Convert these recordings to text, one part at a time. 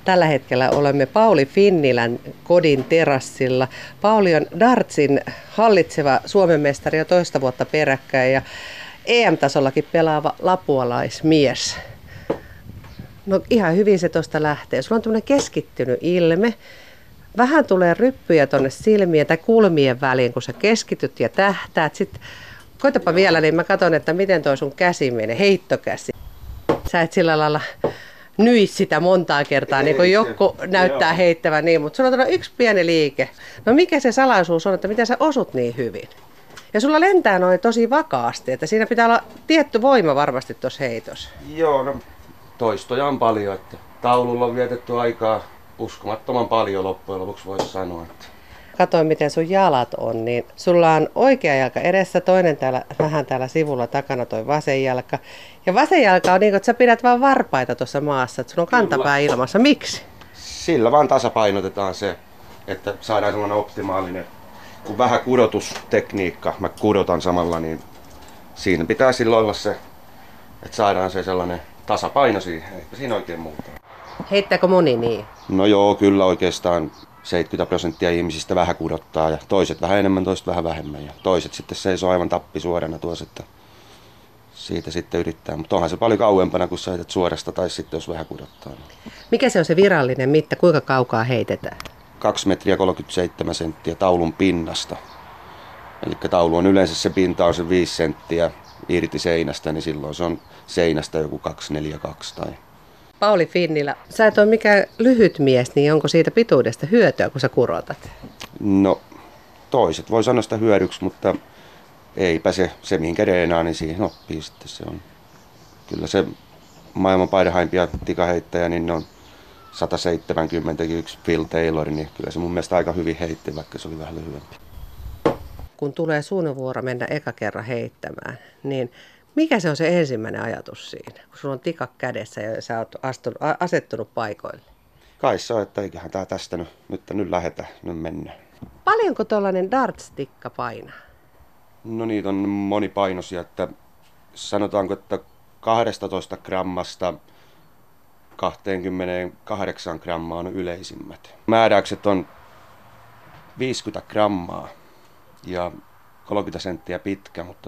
Tällä hetkellä olemme Pauli Finnilän kodin terassilla. Pauli on dartsin hallitseva Suomen mestari jo toista vuotta peräkkäin ja EM-tasollakin pelaava lapualaismies. No ihan hyvin se tuosta lähtee. Sulla on tämmöinen keskittynyt ilme. Vähän tulee ryppyjä tuonne silmien tai kulmien väliin, kun sä keskityt ja tähtäät. Sitten koitapa vielä, niin mä katson, että miten toi sun käsi menee, heittokäsi. Sä et sillä lailla nyi sitä montaa kertaa, niin kuin joku näyttää heittävän niin, mutta sulla on yksi pieni liike. No mikä se salaisuus on, että miten sä osut niin hyvin? Ja sulla lentää noin tosi vakaasti, että siinä pitää olla tietty voima varmasti tuossa heitossa. Joo, no toistoja on paljon, että taululla on vietetty aikaa uskomattoman paljon loppujen lopuksi voisi sanoa. Että. Katoin miten sun jalat on, niin sulla on oikea jalka edessä, toinen vähän täällä sivulla takana toi vasen jalka. Ja vasen jalka on niin kuin, että sä pidät vaan varpaita tuossa maassa, että sulla on kantapää ilmassa. Miksi? Sillä vaan tasapainotetaan se, että saadaan sellainen optimaalinen, kun vähän kudotustekniikka, mä kudotan samalla, niin siinä pitää silloin olla se, että saadaan se sellainen tasapaino siihen, eipä siinä oikein muuta. Heittääkö moni niin? No joo, kyllä oikeastaan 70% ihmisistä vähän kudottaa ja toiset vähän enemmän, toiset vähän vähemmän ja toiset sitten seisoo aivan tappisuorana tuossa, että siitä sitten yrittää. Mutta onhan se paljon kauempana, kun sä heität suorasta tai sitten jos vähän kudottaa. Mikä se on se virallinen mitta, kuinka kaukaa heitetään? 2 metriä 37 senttiä taulun pinnasta. Eli taulu on yleensä se pinta on se 5 senttiä irti seinästä, niin silloin se on seinästä joku 242 tai... Pauli Finnilä, sä et ole mikään lyhyt mies, niin onko siitä pituudesta hyötyä, kun sä kurotat? No, toiset voi sanoa sitä hyödyksi, mutta eipä se mihinkä reenaa, niin siihen oppii sitten. Se on kyllä se maailman parhaimpia tikaheittäjä, niin ne on 171 Phil Taylor, niin kyllä se mun mielestä aika hyvin heitti, vaikka se oli vähän lyhyempi. Kun tulee sun vuoro mennä eka kerran heittämään, niin mikä se on se ensimmäinen ajatus siinä, kun sulla on tika kädessä ja sä oot asettunut paikoille? Kai se on, että eiköhän tää tästä nyt lähdetään, nyt mennään. Paljonko tuollainen darts-tikka painaa? No niitä on monipainoisia, että sanotaanko, että 12 grammasta 28 grammaa on yleisimmät. Määräykset on 50 grammaa ja 30 senttiä pitkä, mutta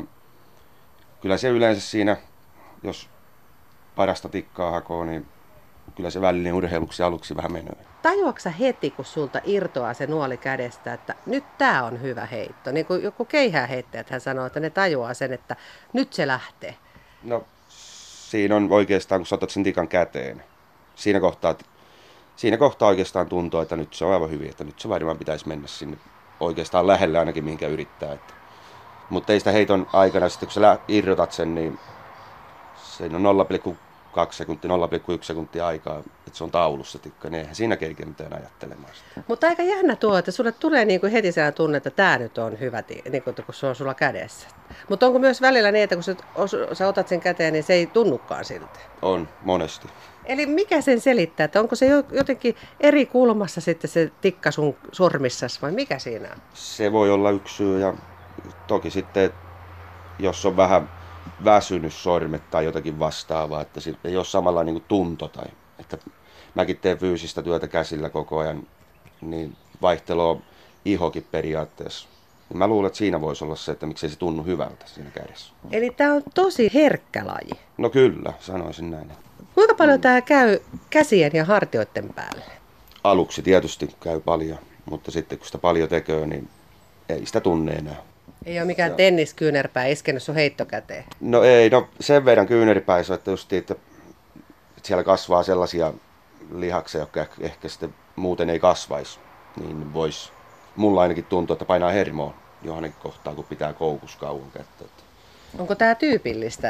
kyllä se yleensä siinä, jos parasta tikkaa hakoo, niin kyllä se välillinen urheiluksi aluksi vähän menee. Tajuatko heti, kun sulta irtoaa se nuoli kädestä, että nyt tää on hyvä heitto? Niin kuin joku keihääheittäjät hän sanoo, että ne tajuaa sen, että nyt se lähtee. No siinä on oikeastaan, kun sä otat sen tikan käteen. Siinä kohtaa oikeastaan tuntuu, että nyt se on aivan hyvin, että nyt se varmaan pitäisi mennä sinne oikeastaan lähelle ainakin mihinkä yrittää. Mutta ei sitä heiton aikana, sitten kun sä irrotat sen, niin se on 0,2 sekuntia, 0,1 sekuntia aikaa, että se on taulussa tikka, niin eihän siinä kerkeä mitään ajattelemaan sitä. Mutta aika jännä tuo, että sulle tulee niinku heti sellainen tunne, että tämä nyt on hyvä, niinku, kun se on sulla kädessä. Mutta onko myös välillä niin, että kun sä otat sen käteen, niin se ei tunnukaan siltä? On, monesti. Eli mikä sen selittää, että onko se jotenkin eri kulmassa sitten se tikka sun sormissasi vai mikä siinä on? Se voi olla yksi syy ja toki sitten, jos on vähän väsynyt sormet tai jotakin vastaavaa, että ei ole samalla niin kuin tunto. Tai, että mäkin teen fyysistä työtä käsillä koko ajan, niin vaihtelua ihokin periaatteessa. Niin mä luulen, että siinä voisi olla se, että miksei se tunnu hyvältä siinä kädessä. Eli tämä on tosi herkkä laji. No kyllä, sanoisin näin. Kuinka paljon tämä käy käsien ja hartioiden päälle? Aluksi tietysti käy paljon, mutta sitten kun sitä paljon tekee, niin ei sitä tunne enää. Ei ole mikään tenniskyynärpää iskenyt sun heittokäteen? No ei, sen verran kyynärpäissä, että että siellä kasvaa sellaisia lihaksia, jotka ehkä sitten muuten ei kasvaisi. Niin voisi mulla ainakin tuntua, että painaa hermoa johonkin kohtaan, kun pitää koukus kauan kättä. Onko tämä tyypillistä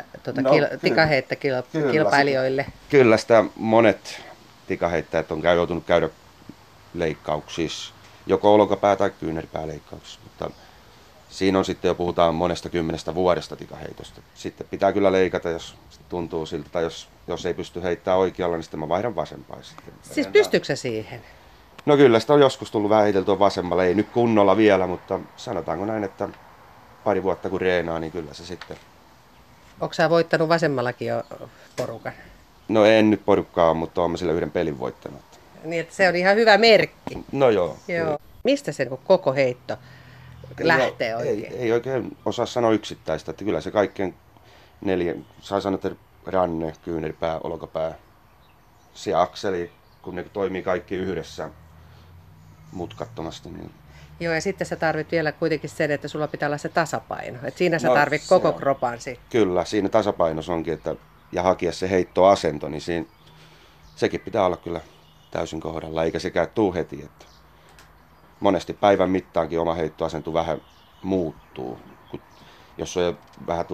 tikaheittakilpailijoille? Kyllä sitä monet tikaheittäjät on joutunut käydä leikkauksissa, joko olkapää- tai kyynärpääleikkauksissa. Mutta siinä on sitten jo puhutaan monesta 10 vuodesta tikaheitosta. Sitten pitää kyllä leikata, jos tuntuu siltä, tai jos ei pysty heittämään oikealla, niin sitten mä vaihdan vasempaan. Siis pystyykö sä siihen? No kyllä, sitä on joskus tullut vähän heiteltyä vasemmalla, ei nyt kunnolla vielä, mutta sanotaanko näin, että pari vuotta kun reenaa, niin kyllä se sitten. Onko sä voittanut vasemmallakin jo porukan? No en nyt porukkaa, mutta olen sillä yhden pelin voittanut. Niin, että se on ihan hyvä merkki. No joo. Joo. Mistä se koko heitto lähtee oikein? Ei oikein osaa sanoa yksittäistä, että kyllä se kaikkien neljä, saa sanoa, että ranne, kyynärpää, olkapää, se akseli, kun ne toimii kaikki yhdessä mutkattomasti. Niin... Joo, ja sitten sä tarvit vielä kuitenkin sen, että sulla pitää olla se tasapaino. Et siinä sä tarvit koko kropan sitten. Kyllä, siinä tasapainossa onkin, että ja hakea se heittoasento, niin siinä, sekin pitää olla kyllä täysin kohdalla, eikä sekään tuu heti. Että monesti päivän mittaankin oma heittoasento vähän muuttuu. Jos on vähän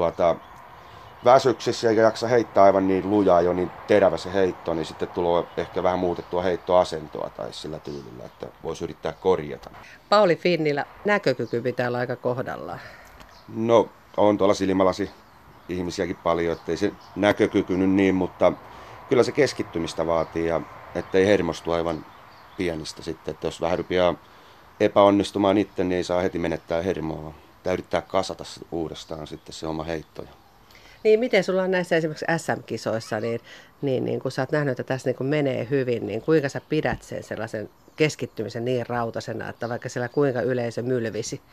väsyksissä eikä jaksa heittää aivan niin lujaa jo niin terävä se heitto, niin sitten tulee ehkä vähän muutettua heittoasentoa tai sillä tyylillä, että voisi yrittää korjata. Pauli Finnillä näkökyky pitää olla aika kohdallaan. No, on tuolla silmälasi ihmisiäkin paljon, ettei se näkökyky nyt niin, mutta kyllä se keskittymistä vaatii ja ettei hermostu aivan pienistä sitten, että jos vähän rupeaa epäonnistumaan itse, niin ei saa heti menettää hermoa. Tämä yrittää kasata uudestaan sitten se oma heitto. Niin, miten sulla on näissä esimerkiksi SM-kisoissa, niin kun sä oot nähnyt, että tässä niin menee hyvin, niin kuinka sä pidät sen sellaisen keskittymisen niin rautasena, että vaikka siellä kuinka yleisö mylvisi?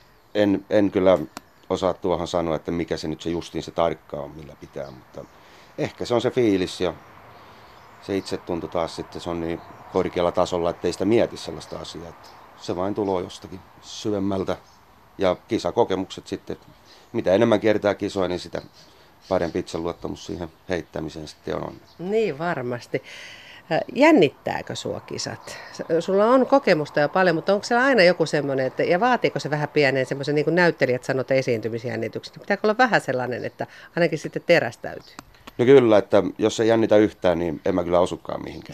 En kyllä osaa tuohon sanoa, että mikä se nyt se justiin se tarkka on, millä pitää, mutta ehkä se on se fiilis ja se itsetunto taas sitten, se on niin korkealla tasolla, ettei sitä mieti sellaista asiaa, että se vain tulee jostakin syvemmältä ja kisakokemukset sitten, mitä enemmän kiertää kisoja, niin sitä parempi itseluottamus siihen heittämiseen sitten on. Niin varmasti. Jännittääkö sua kisat? Sulla on kokemusta jo paljon, mutta onko siellä aina joku semmoinen, että, ja vaatiiko se vähän pienen semmoisen, niin kuin näyttelijät sanovat esiintymisjännityksen, pitääkö olla vähän sellainen, että ainakin sitten terästäytyy? No kyllä, että jos ei jännitä yhtään, niin en mä kyllä osukaan mihinkään.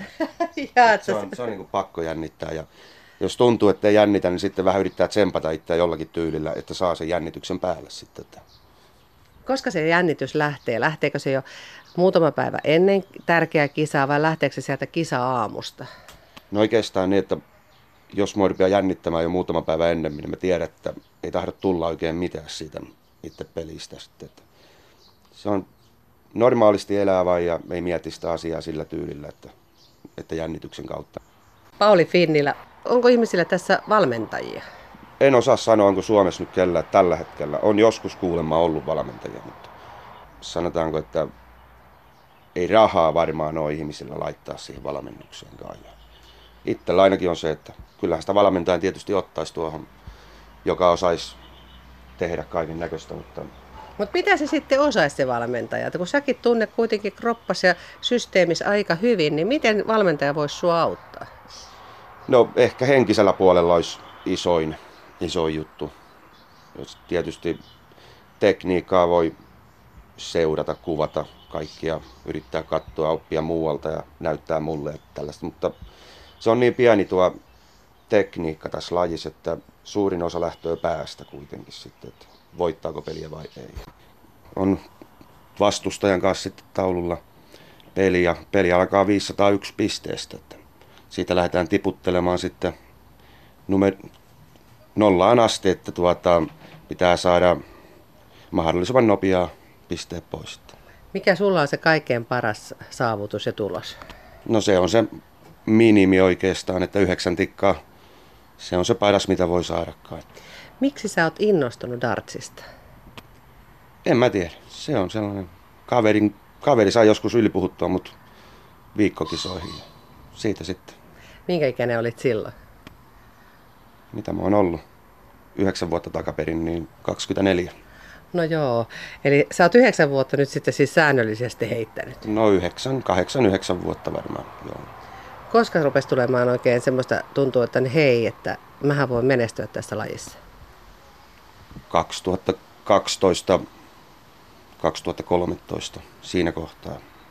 Se on niin kuin pakko jännittää ja jos tuntuu, että ei jännitä, niin sitten vähän yrittää tsempata itseään jollakin tyylillä, että saa sen jännityksen päälle sitten. Koska se jännitys lähtee? Lähteekö se jo muutama päivä ennen tärkeää kisaa vai lähteekö se sieltä kisa-aamusta? No oikeastaan niin, että jos mä rupean jännittämään jo muutama päivä ennen, niin mä tiedän, että ei tahdo tulla oikein mitään siitä itse pelistä sitten. Että se on normaalisti elävä ja ei mieti sitä asiaa sillä tyylillä, että jännityksen kautta. Pauli Finnillä, onko ihmisillä tässä valmentajia? En osaa sanoa, onko Suomessa nyt kellään tällä hetkellä. On joskus kuulemma ollut valmentajia, mutta sanotaanko, että ei rahaa varmaan ole ihmisillä laittaa siihen valmennukseenkaan. Itsellä ainakin on se, että kyllähän sitä valmentajan tietysti ottaisi tuohon, joka osaisi tehdä kaiken näköistä. Mutta mitä se sitten osaisi se valmentaja? Kun säkin tunnet kuitenkin kroppas ja systeemissä aika hyvin, niin miten valmentaja voisi sua auttaa? No ehkä henkisellä puolella olisi isoin juttu. Jos tietysti tekniikkaa voi seurata, kuvata kaikkia, yrittää katsoa, oppia muualta ja näyttää mulle että tällaista. Mutta se on niin pieni tuo tekniikka tässä lajissa, että suurin osa lähtöä päästä kuitenkin sitten, että voittaako peliä vai ei. On vastustajan kanssa sitten taululla peli ja peli alkaa 501 pisteestä. Että siitä lähdetään tiputtelemaan sitten nollaan asti, että pitää saada mahdollisimman nopeaa pisteet pois. Mikä sulla on se kaikkein paras saavutus ja tulos? No se on se minimi oikeastaan, että 9 tikkaa. Se on se paras, mitä voi saadakaan. Miksi sä oot innostunut dartsista? En mä tiedä. Se on sellainen kaveri saa joskus ylipuhuttua mut viikkokisoihin. Siitä sitten. Minkä ikäinen olit silloin? Mitä mä oon ollut? 9 vuotta takaperin, niin 24. No joo, eli sä oot 9 vuotta nyt sitten siis säännöllisesti heittänyt. No 8-9 vuotta varmaan, joo. Koska rupesi tulemaan oikein semmoista tuntua, että hei, että mähän voin menestyä tässä lajissa? 2012, 2013 siinä kohtaa.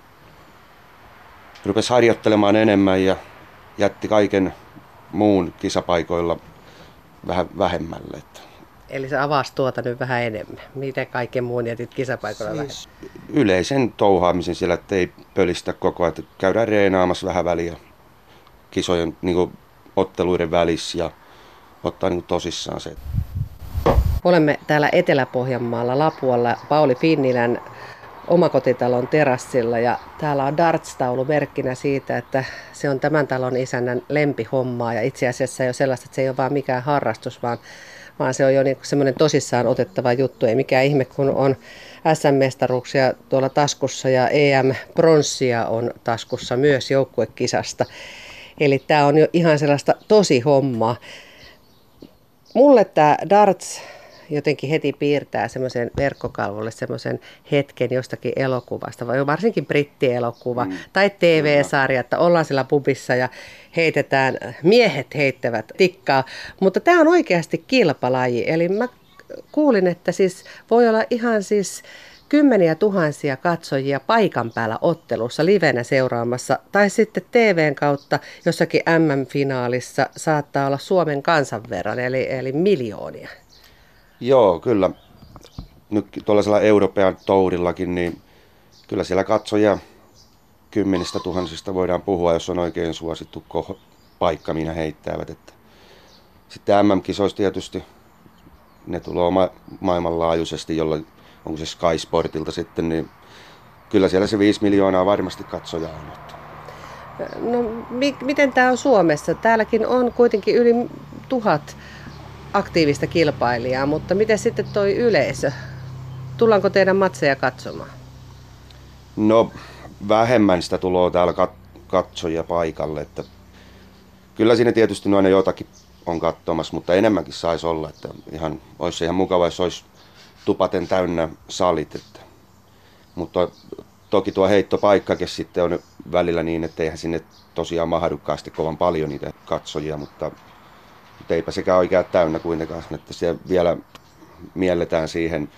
Rupesi harjoittelemaan enemmän ja jätti kaiken muun kisapaikoilla vähän vähemmälle. Eli sä avasit tuota nyt vähän enemmän. Miten kaiken muun jätit kisapaikoilla vähemmän? Yleisen touhaamisen siellä, että ei pölistä koko ajan. Käydään reenaamassa vähän väliä kisojen otteluiden välissä ja ottaa tosissaan se. Olemme täällä Etelä-Pohjanmaalla Lapualla Pauli Finnilän omakotitalon terassilla ja täällä on darts-taulu merkkinä siitä, että se on tämän talon isännän lempihommaa ja itse asiassa ei ole sellaista, että se ei ole vaan mikään harrastus, vaan se on jo niin semmoinen tosissaan otettava juttu. Ei mikään ihme, kun on SM-mestaruuksia tuolla taskussa ja EM-pronssia on taskussa myös joukkuekisasta. Eli tämä on jo ihan sellaista tosi hommaa. Mulle tämä darts jotenkin heti piirtää semmoisen verkkokalvolle semmoisen hetken jostakin elokuvasta, vai varsinkin brittielokuva tai TV-sarja, että ollaan siellä pubissa ja heitetään, miehet heittävät tikkaa, mutta tämä on oikeasti kilpalaji, eli mä kuulin, että siis voi olla ihan siis kymmeniä tuhansia katsojia paikan päällä ottelussa livenä seuraamassa, tai sitten TVn kautta jossakin MM-finaalissa saattaa olla Suomen kansan verran, eli miljoonia. Joo, kyllä. Nyt tuollaisella Euroopan tourillakin, niin kyllä siellä katsojia kymmenistä tuhansista voidaan puhua, jos on oikein suosittu paikka, minä heittävät. Että sitten MM-kisoissa tietysti ne tulee maailmanlaajuisesti, jolloin onko se Sky Sportilta sitten, niin kyllä siellä se 5 miljoonaa varmasti katsojaa on. No miten tämä on Suomessa? Täälläkin on kuitenkin yli 1000 aktiivista kilpailijaa, mutta miten sitten toi yleisö? Tullaanko teidän matseja katsomaan? No vähemmän sitä tulee täällä katsojia paikalle, että kyllä siinä tietysti aina jotakin on katsomassa, mutta enemmänkin saisi olla, että olisi ihan mukava, jos olisi tupaten täynnä salit, mutta toki tuo heittopaikkakin sitten on välillä niin, että eihän sinne tosiaan mahdukkaasti kovan paljon niitä katsojia, mutta eipä sekään oikein täynnä kuitenkaan, että siellä vielä mielletään siihen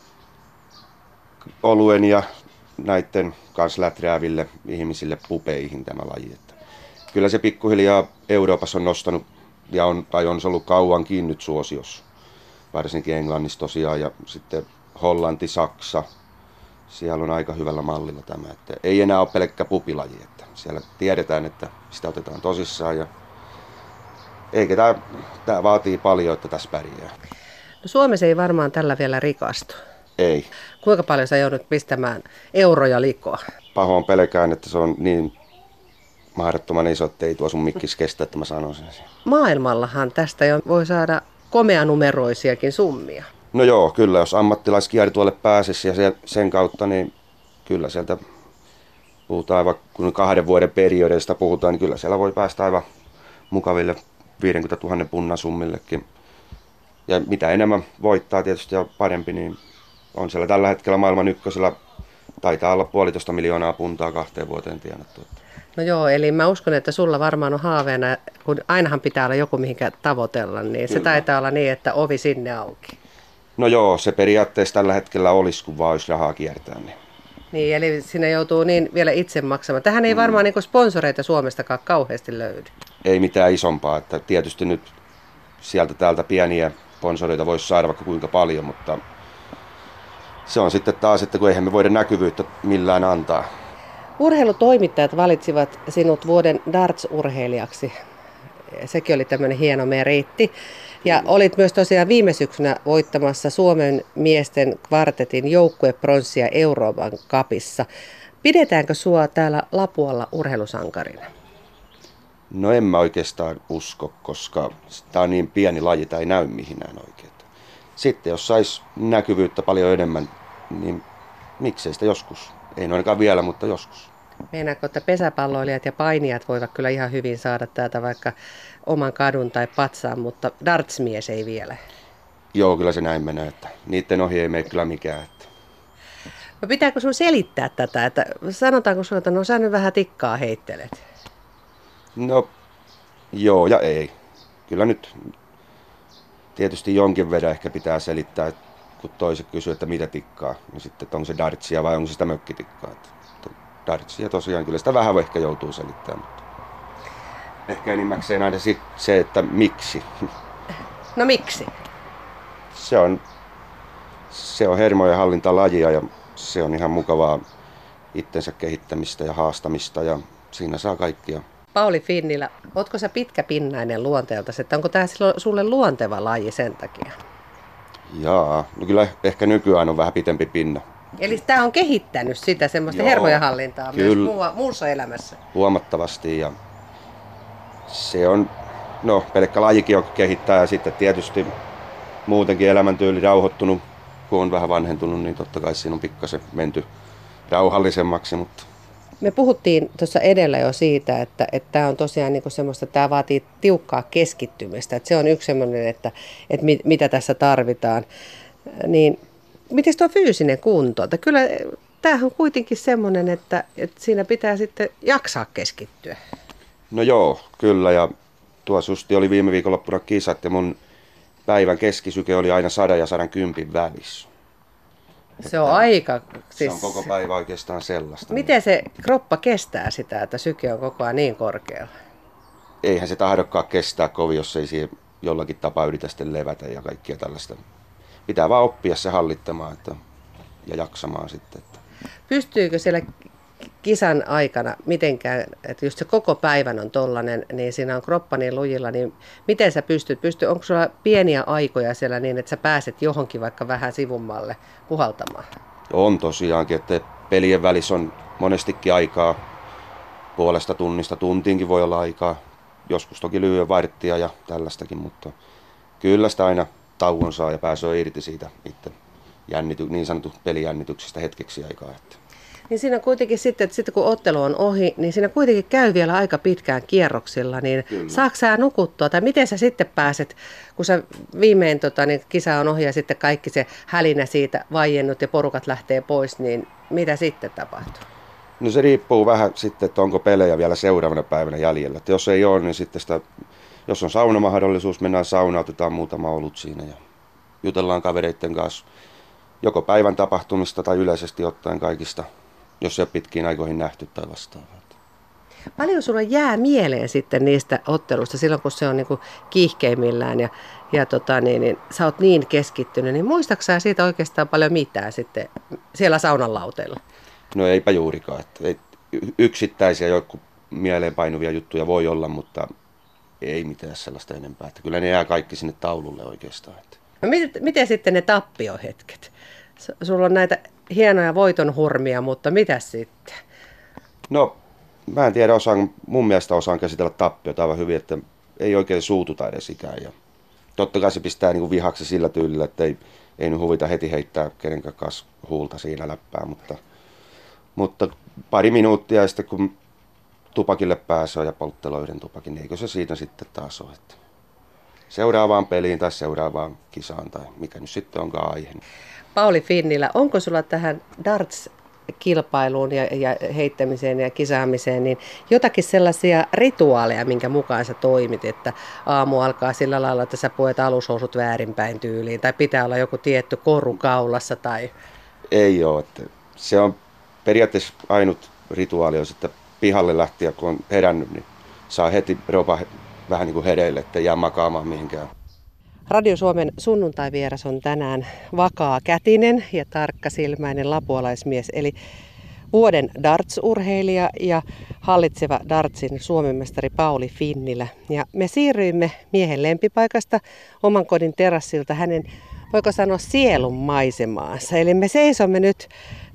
oluen ja näiden kanssa läträäville ihmisille pupeihin tämä laji. Että kyllä se pikkuhiljaa Euroopassa on nostanut ja on se ollut kauankin nyt suosiossa, varsinkin Englannissa tosiaan ja sitten Hollanti, Saksa, siellä on aika hyvällä mallilla tämä. Että ei enää ole pelkkä pupilaji, että siellä tiedetään, että sitä otetaan tosissaan ja eikä tämä vaatii paljon, että tässä pärjää. No Suomessa ei varmaan tällä vielä rikastu. Ei. Kuinka paljon sä joudut pistämään euroja likoa? Pahoin pelkään, että se on niin mahdottoman iso, että ei tuo sun mikkis kestä, että mä sanon sen. Maailmallahan tästä jo voi saada komeanumeroisiakin summia. No joo, kyllä. Jos ammattilaiskiertueelle pääsisi ja sen kautta, niin kyllä sieltä puhutaan aivan, kun 2 vuoden periodeista puhutaan, niin kyllä siellä voi päästä aivan mukaville 50 000 punnan summillekin. Ja mitä enemmän voittaa tietysti ja parempi, niin on siellä tällä hetkellä maailman ykkösellä, taitaa olla 1,5 miljoonaa puntaa 2 vuoteen tienattu. No joo, eli mä uskon, että sulla varmaan on haaveena, kun ainahan pitää olla joku mihinkä tavoitella, niin kyllä. Se taitaa olla niin, että ovi sinne auki. No joo, se periaatteessa tällä hetkellä olisi, kun vaan olisi rahaa kiertää. Niin, eli sinne joutuu niin vielä itse maksamaan. Tähän ei varmaan niin sponsoreita Suomestakaan kauheasti löydy. Ei mitään isompaa, että tietysti nyt sieltä täältä pieniä sponsoreita voisi saada vaikka kuinka paljon, mutta se on sitten taas, että kun eihän me voida näkyvyyttä millään antaa. Urheilutoimittajat valitsivat sinut vuoden darts-urheilijaksi. Sekin oli tämmöinen hieno meriitti. Ja olit myös tosiaan viime syksynä voittamassa Suomen miesten kvartetin joukkuepronssia Euroopan cupissa. Pidetäänkö sua täällä Lapualla urheilusankarina? No en mä oikeastaan usko, koska tämä on niin pieni laji, tämä ei näy mihinään oikein. Sitten jos sais näkyvyyttä paljon enemmän, niin miksei sitä joskus? Ei ainakaan vielä, mutta joskus. Meinaatko, että pesäpalloilijat ja painijat voivat kyllä ihan hyvin saada täältä vaikka oman kadun tai patsaan, mutta dartsmies ei vielä? Joo, kyllä se näin menee, että niiden ohi ei mene kyllä mikään. Että. No pitääkö sun selittää tätä, että sanotaanko sinulle, että no sä nyt vähän tikkaa heittelet? No joo ja ei. Kyllä nyt tietysti jonkin verran ehkä pitää selittää, kun toiset kysyy, että mitä tikkaa, niin sitten, että onko se dartsia vai onko se sitä mökkitikkaa. Dartsia tosiaan, kyllä sitä vähän ehkä joutuu selittämään, mutta ehkä enimmäkseen aina se, että miksi. No miksi? Se on hermojen hallintalajia ja se on ihan mukavaa itsensä kehittämistä ja haastamista ja siinä saa kaikkia. Pauli Finnilä, ootko sä pitkäpinnainen luonteeltasi, että onko tämä sulle luonteva laji sen takia? Jaa, no kyllä ehkä nykyään on vähän pitempi pinna. Eli tämä on kehittänyt sitä semmoista Joo, hermojen hallintaa myös kyllä. muussa elämässä. Huomattavasti ja se on, no pelkkä lajikin on kehittää ja sitten tietysti muutenkin elämäntyyli rauhoittunut, kun on vähän vanhentunut, niin totta kai siinä on pikkasen menty rauhallisemmaksi, mutta Me puhuttiin tuossa edellä jo siitä, että tämä on tosiaan niin semmoista, että tämä vaatii tiukkaa keskittymistä. Että se on yksi semmoinen, että mitä tässä tarvitaan. Niin, miten tuo fyysinen kunto? Että kyllä tämähän on kuitenkin semmoinen, että siinä pitää sitten jaksaa keskittyä. no joo, kyllä ja tuossa justi oli viime viikonloppuna kisat ja mun päivän keskisyke oli aina 100 ja 110 välissä. Se on aika... Se on koko päivä oikeastaan sellaista. Miten se kroppa kestää sitä, että syke on koko ajan niin korkealla? Eihän se tahdokkaan kestää kovin, jos ei siihen jollakin tapaa yritä sitten levätä ja kaikkia tällaista. Pitää vaan oppia se hallittamaan ja jaksamaan sitten. Että. Pystyykö siellä kisan aikana mitenkään, että just se koko päivän on tollanen, niin siinä on kroppa niin lujilla, niin miten sä pystyt, onko sulla pieniä aikoja siellä niin, että sä pääset johonkin vaikka vähän sivummalle puhaltamaan? On tosiaankin, että pelien välissä on monestikin aikaa, puolesta tunnista tuntiinkin voi olla aikaa, joskus toki lyhyen varttia ja tällaistakin, mutta kyllä sitä aina tauon saa ja pääsee irti siitä itse niin sanottu pelijännityksestä hetkeksi aikaa. Että. Niin siinä kuitenkin sitten, että sitten kun ottelu on ohi, niin siinä kuitenkin käy vielä aika pitkään kierroksilla, niin saako sä nukuttua, tai miten sä sitten pääset, kun sä viimein niin kisa on ohi ja sitten kaikki se hälinä siitä vaiennut ja porukat lähtee pois, niin mitä sitten tapahtuu? No se riippuu vähän sitten, että onko pelejä vielä seuraavana päivänä jäljellä. Että jos ei ole, niin sitten jos on saunamahdollisuus, mennään saunaan, otetaan muutama olut siinä ja jutellaan kavereiden kanssa joko päivän tapahtumista tai yleisesti ottaen kaikista, jos ei ole pitkiin aikoihin nähty tai vastaavaa. Paljon sulla jää mieleen sitten niistä otteluista silloin, kun se on niin kuin kiihkeimmillään ja niin sä oot niin keskittynyt, niin muistatko sä siitä oikeastaan paljon mitään sitten siellä saunan lauteilla? No eipä juurikaan. Että yksittäisiä joku mieleenpainuvia juttuja voi olla, mutta ei mitään sellaista enempää. Että kyllä ne jää kaikki sinne taululle oikeastaan. No miten sitten ne tappiohetket? Sulla on näitä hienoja voitonhurmia, mutta mitä sitten? No, mä en tiedä, mun mielestä osaan käsitellä tappiota aivan hyvin, että ei oikein suututa edes ikään. Ja totta kai se pistää niin kuin vihaksi sillä tyylillä, että ei nyt huvita heti heittää kenenkään kanssa huulta siinä läppää, mutta pari minuuttia ja sitten kun tupakille pääsee ja polttelee yhden tupakin, niin eikö se siitä sitten taas ole, että seuraavaan peliin tai seuraavaan kisaan tai mikä nyt sitten onkaan aihe. Pauli Finnilä, onko sulla tähän darts-kilpailuun ja heittämiseen ja kisaamiseen niin jotakin sellaisia rituaaleja, minkä mukaan sä toimit, että aamu alkaa sillä lailla, että sä puet alushousut väärinpäin tyyliin tai pitää olla joku tietty koru kaulassa tai... Ei ole, että se on periaatteessa ainut rituaali, jos että pihalle lähtiä, kun on herännyt, niin saa heti ropa vähän niin kuin hereille, ettei jää makaamaan mihinkään. Radio Suomen sunnuntaivieras on tänään vakaakätinen ja tarkkasilmäinen lapualaismies, eli vuoden darts-urheilija ja hallitseva dartsin suomenmestari Pauli Finnilä. Ja me siirryimme miehen lempipaikasta oman kodin terassilta hänen, voiko sanoa, sielun maisemaansa. Eli me seisomme nyt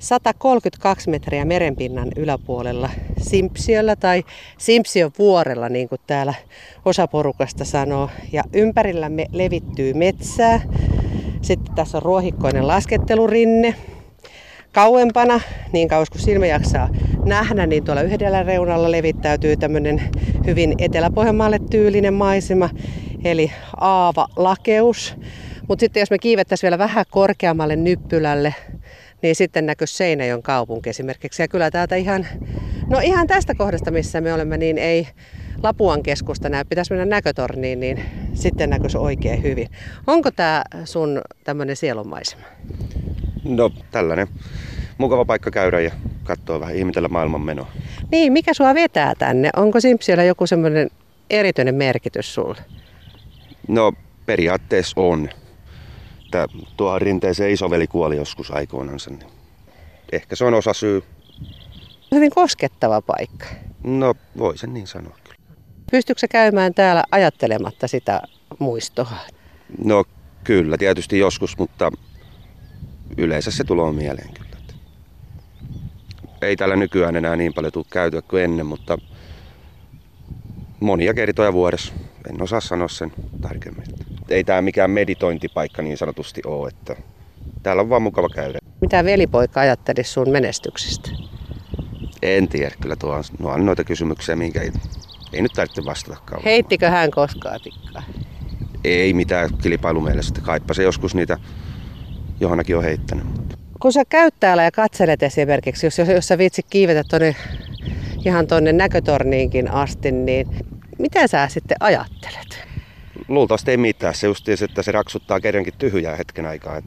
132 metriä merenpinnan yläpuolella Simpsiöllä tai Simpsion vuorella, niin kuin täällä osa porukasta sanoo. Ja ympärillämme levittyy metsää. Sitten tässä on ruohikkoinen laskettelurinne. Kauempana, niin kauas kuin silmä jaksaa nähdä, niin tuolla yhdellä reunalla levittäytyy tämmöinen hyvin Etelä-Pohjanmaalle tyylinen maisema, eli Aava Lakeus. Mutta sitten jos me kiivettäisiin vielä vähän korkeammalle Nyppylälle, niin sitten näkyisi Seinäjoen kaupunki esimerkiksi. Ja kyllä täältä ihan tästä kohdasta, missä me olemme, niin ei Lapuan keskusta näy. Pitäisi mennä näkötorniin, niin sitten näkyisi oikein hyvin. Onko tämä sun tämmöinen sielunmaisema? No tällainen mukava paikka käydä ja katsoa vähän, ihmetellä maailman menoa. Niin, mikä sua vetää tänne? Onko Simpsiöllä joku semmoinen erityinen merkitys sulle? No periaatteessa on. Tuohon rinteeseen isoveli kuoli joskus aikoinansa, niin ehkä se on osa syy. Hyvin koskettava paikka. No voi sen niin sanoa kyllä. Pystytkö sä käymään täällä ajattelematta sitä muistoa? No kyllä, tietysti joskus, mutta yleensä se tulee mieleen kyllä. ei täällä nykyään enää niin paljon tule käytyä kuin ennen, mutta monia kertoja vuodessa. En osaa sanoa sen tarkemmin. Ei tää mikään meditointipaikka niin sanotusti ole, että täällä on vaan mukava käydä. Mitä velipoika ajattelisi sun menestyksestä? En tiedä, kyllä nuo on noita kysymyksiä, minkä ei nyt tarvitse vastatakaan. Heittikö hän koskaan tikkaa? Ei mitään kilpailumielestä. Kaipa se joskus niitä johonkin on heittänyt. Kun sä käyt täällä ja katselet esimerkiksi, jos sä viitsit kiivetä ihan tuonne näkötorniinkin asti, niin mitä sä sitten ajattelet? Luultavasti ei mitään. Se just että se raksuttaa kerrankin tyhjää hetken aikaa.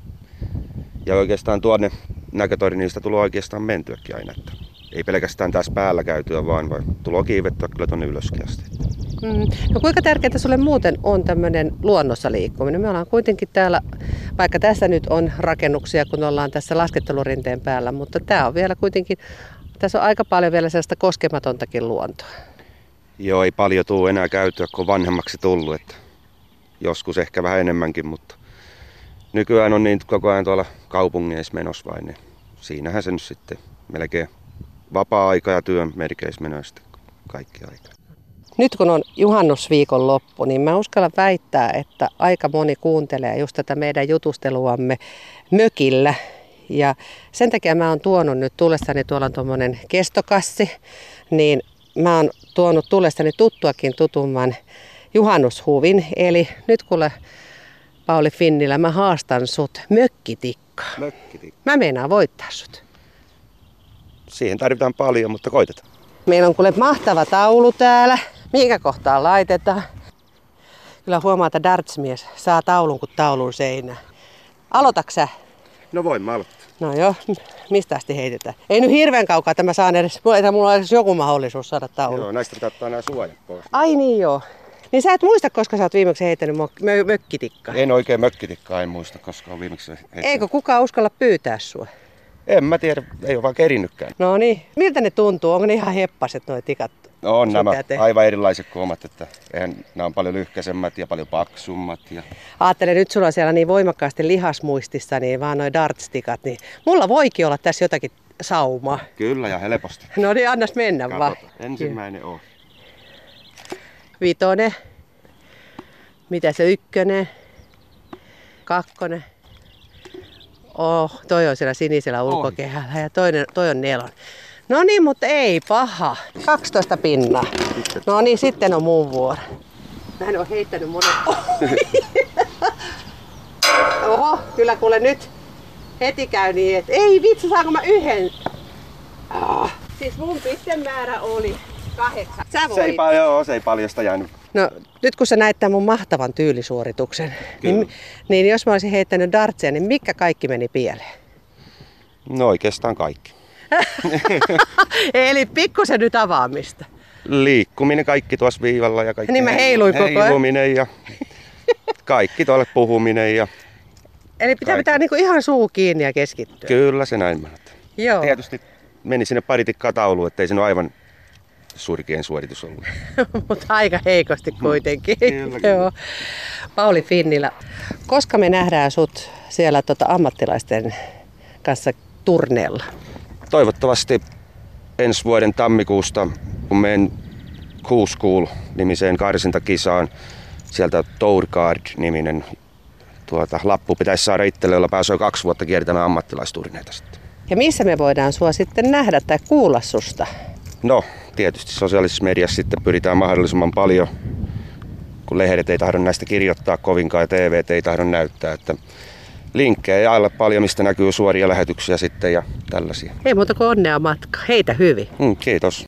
Ja oikeastaan tuonne näkötorniista tulee oikeastaan mentyäkin aina. Että ei pelkästään tässä päällä käytyä, vaan tulee kiivettyä kyllä tuonne ylöskin asti. No kuinka tärkeää sulle muuten on tämmöinen luonnossa liikkuminen? Me ollaan kuitenkin täällä, vaikka tässä nyt on rakennuksia, kun ollaan tässä laskettelurinteen päällä, mutta tää on vielä kuitenkin, tässä on aika paljon vielä sellaista koskematontakin luontoa. Joo, ei paljon tule enää käytyä, kun on vanhemmaksi tullut, että joskus ehkä vähän enemmänkin, mutta nykyään on niin koko ajan tuolla kaupungeissa menossa vain, niin siinähän se nyt sitten melkein vapaa-aika ja työn merkeissä menee sitten kaikki aika. Nyt kun on juhannusviikon loppu, niin mä uskallan väittää, että aika moni kuuntelee just tätä meidän jutusteluamme mökillä. Ja sen takia mä oon tuonut nyt tullessani, tuolla on tuommoinen kestokassi, niin mä oon tuonut tullessani tuttuakin tutumman juhannushuvin. Eli nyt kuule Pauli Finnilä, mä haastan sut mökkitikkaan. Mökkitikka. Mä meinaan voittaa sut. Siihen tarvitaan paljon, mutta koitetaan. Meillä on kuule mahtava taulu täällä. Mihinkä kohtaan laitetaan? Kyllä huomaa, että dartsmies saa taulun kuin taulun seinään. Aloitatko sä? No voin mä aloittaa. No joo, mistä asti heitetään? Ei nyt hirveän kaukaa tämä saan edes, mulla on edes joku mahdollisuus saada taulu. Joo, näistä pitää ottaa nämä suojat pois. Ai niin joo. Niin sä et muista, koska sä oot viimeksi heittänyt mökkitikkaa? En oikein mökkitikkaa, en muista, koska on viimeksi heittänyt. Eikö kukaan uskalla pyytää sua? En mä tiedä, ei ole vaan kerinnytkään. No niin, miltä ne tuntuu? Onko ne ihan heppaset nuo tikat? No on nämä aivan erilaiset kuin omat, että nämä on paljon lyhkäisemmät ja paljon paksummat. Ajattelen, nyt sulla on siellä niin voimakkaasti lihasmuistissa, niin vaan noi darts-tikat, niin mulla voikin olla tässä jotakin saumaa. Kyllä ja helposti. No niin, annas mennä vaan. Ensimmäinen on. 5. Mitä se 1? 2. Toi on siellä sinisellä ulkokehällä ja toi on 4. No niin, mutta ei paha. 12 pinnaa. No niin, sitten on mun vuoro. Mä en oo heittänyt monen. Oho, kyllä kuule nyt heti käy niin, että ei vitsi, saanko mä yhden? Siis mun pistemäärä oli 8. Sä voit. Se ei paljosta jäänyt. No nyt kun sä näit tämän mun mahtavan tyylisuorituksen, niin jos mä olisin heittänyt dartsia, niin mikä kaikki meni pieleen? No oikeastaan kaikki. Eli pikkusen nyt avaamista. Liikkuminen kaikki tuossa viivalla ja kaikki. Niin mä heiluin koko ajan. Heiluminen ja kaikki tuolle puhuminen ja eli pitää niinku ihan suu kiinni ja keskittyä. Kyllä se näin mä. Joo. Tietysti meni sinne pari tikkaa tauluun, ettei se ole aivan surkein suoritus ollut. Mutta aika heikosti kuitenkin. Kyllä. Joo. Pauli Finnilä, koska me nähdään sut siellä ammattilaisten kanssa turneella? Toivottavasti ensi vuoden tammikuusta, kun menen Q-School-nimiseen karsintakisaan, sieltä Tourcard-niminen lappu pitäisi saada itselle, jolla pääsee 2 vuotta kiertämään ammattilaisturneita sitten. Ja missä me voidaan sua sitten nähdä tai kuulla susta? No, tietysti sosiaalisessa mediassa sitten pyritään mahdollisimman paljon, kun lehdet ei tahdo näistä kirjoittaa kovinkaan ja TV ei tahdo näyttää, että linkkejä jaella paljon, mistä näkyy suoria lähetyksiä sitten ja tällaisia. Ei muuta kuin onnea matka. Heitä hyvin. Kiitos.